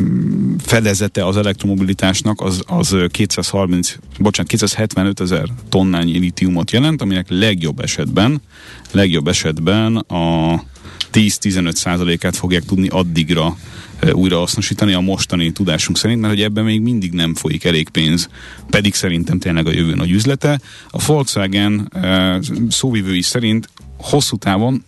fedezete az elektromobilitásnak az, az kétszázharminc, bocsánat, kétszázhetvenöt ezer tonnányi lítiumot jelent, aminek legjobb esetben, legjobb esetben a tíz-tizenöt százalékát fogják tudni addigra e, újrahasznosítani a mostani tudásunk szerint, mert hogy ebben még mindig nem folyik elég pénz, pedig szerintem tényleg a jövő nagy üzlete. A Volkswagen e, szóvivői szerint hosszú távon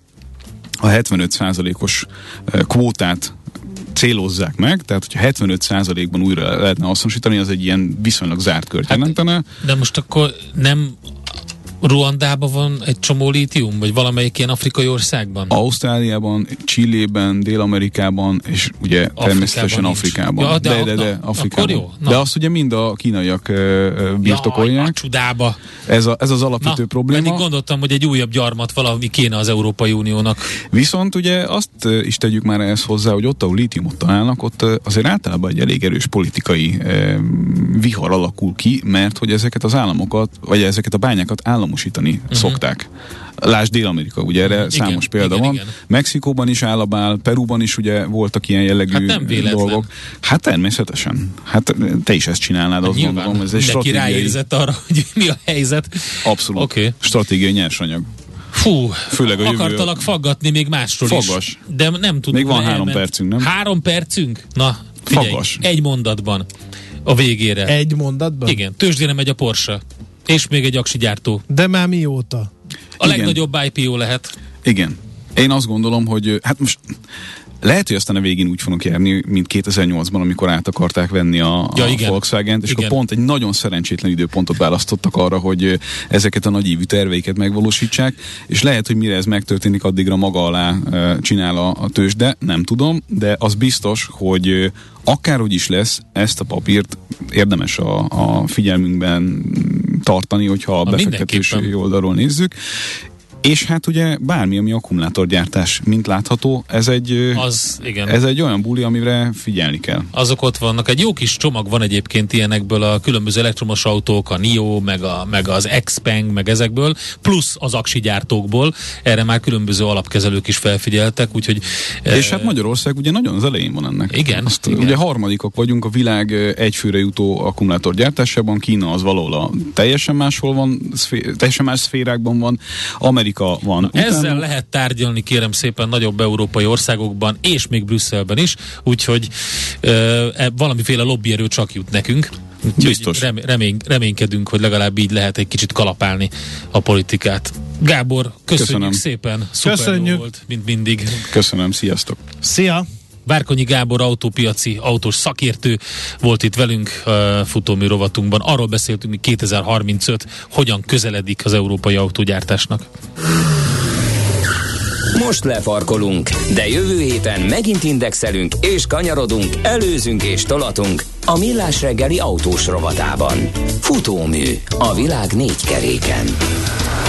a hetvenöt százalékos e, kvótát célozzák meg, tehát hogyha hetvenöt százalékban újra lehetne hasznosítani, az egy ilyen viszonylag zárt kört jelentene. Hát, de most akkor nem Ruandában van egy csomó lítium, vagy valamelyik ilyen afrikai országban? Ausztráliában, Chilében, Dél-Amerikában, és ugye Afrikában természetesen nincs. Afrikában. Ja, de, de, de, de, na, Afrikában. Jó, de azt ugye mind a kínaiak uh, birtokolják. Ja, csudába. Ez, a, ez az alapvető na, probléma. Pedig gondoltam, hogy egy újabb gyarmat valami kéne az Európai Uniónak. Viszont ugye azt is tegyük már ehhez hozzá, hogy ott, ahol lítiumot találnak, ott azért általában egy elég erős politikai uh, vihar alakul ki, mert hogy ezeket az államokat, vagy ezeket a bányákat államosítani uh-huh. szokták. Lásd Dél-Amerika, ugye erre igen, számos példa igen, van. Igen. Mexikóban is állabál, Perúban is ugye voltak ilyen jellegű hát dolgok. Hát természetesen. Hát te is ezt csinálnád, azt nyilván, gondolom. Ez egy stratégiai... ráérzett arra, hogy mi a helyzet. Abszolút. Okay. Stratégiai nyersanyag. Fú, főleg a jövő... akartalak faggatni még másról Foggas. is. De nem tudom. Még van három elment. percünk, nem? Három percünk? Na, figyelj, Foggas. Egy mondatban a végére. Egy mondatban? Igen, tőzsdére megy a Porsche. És még egy aksi gyártó. De már mióta? A igen. legnagyobb I P O lehet. Igen. Én azt gondolom, hogy hát most lehet, hogy aztán a végén úgy fogunk járni, mint kétezer-nyolcban, amikor át akarták venni a, ja, a Volkswagen-t, és igen. akkor pont egy nagyon szerencsétlen időpontot választottak arra, hogy ezeket a nagyívű terveiket megvalósítsák, és lehet, hogy mire ez megtörténik, addigra maga alá csinál a, a tőzsde, nem tudom, de az biztos, hogy akárhogy is lesz, ezt a papírt érdemes a, a figyelmünkben tartani, hogyha a befektetési oldalról nézzük. És hát ugye bármi, ami akkumulátorgyártás, mint látható, ez egy, az, igen. ez egy olyan buli, amire figyelni kell. Azok ott vannak. Egy jó kis csomag van egyébként ilyenekből, a különböző elektromos autók, a NIO, meg, a, meg az Xpeng, meg ezekből, plusz az aksi gyártókból. Erre már különböző alapkezelők is felfigyeltek, úgyhogy... És e... hát Magyarország ugye nagyon az elején van ennek. Igen. Azt, igen. Ugye harmadikak vagyunk a világ egyfőre jutó akkumulátorgyártásában, Kína az valahol a teljesen máshol van, szfé- teljesen más szférákban van, Amerika van. Na, ezzel utána... lehet tárgyalni, kérem szépen, nagyobb európai országokban, és még Brüsszelben is, úgyhogy e, valamiféle lobbyerő csak jut nekünk. Biztos. Remény, remény, reménykedünk, hogy legalább így lehet egy kicsit kalapálni a politikát. Gábor, köszönjük Köszönöm. szépen. Szuper köszönjük. Jó volt, mint mindig. Köszönöm, sziasztok. Szia! Várkonyi Gábor autópiaci autós szakértő volt itt velünk uh, futómű rovatunkban. Arról beszéltünk, hogy kétezer-harmincöt hogyan közeledik az európai autógyártásnak. Most lefarkolunk, de jövő héten megint indexelünk és kanyarodunk, előzünk és tolatunk a Millás reggeli autós rovatában. Futómű a világ négy keréken.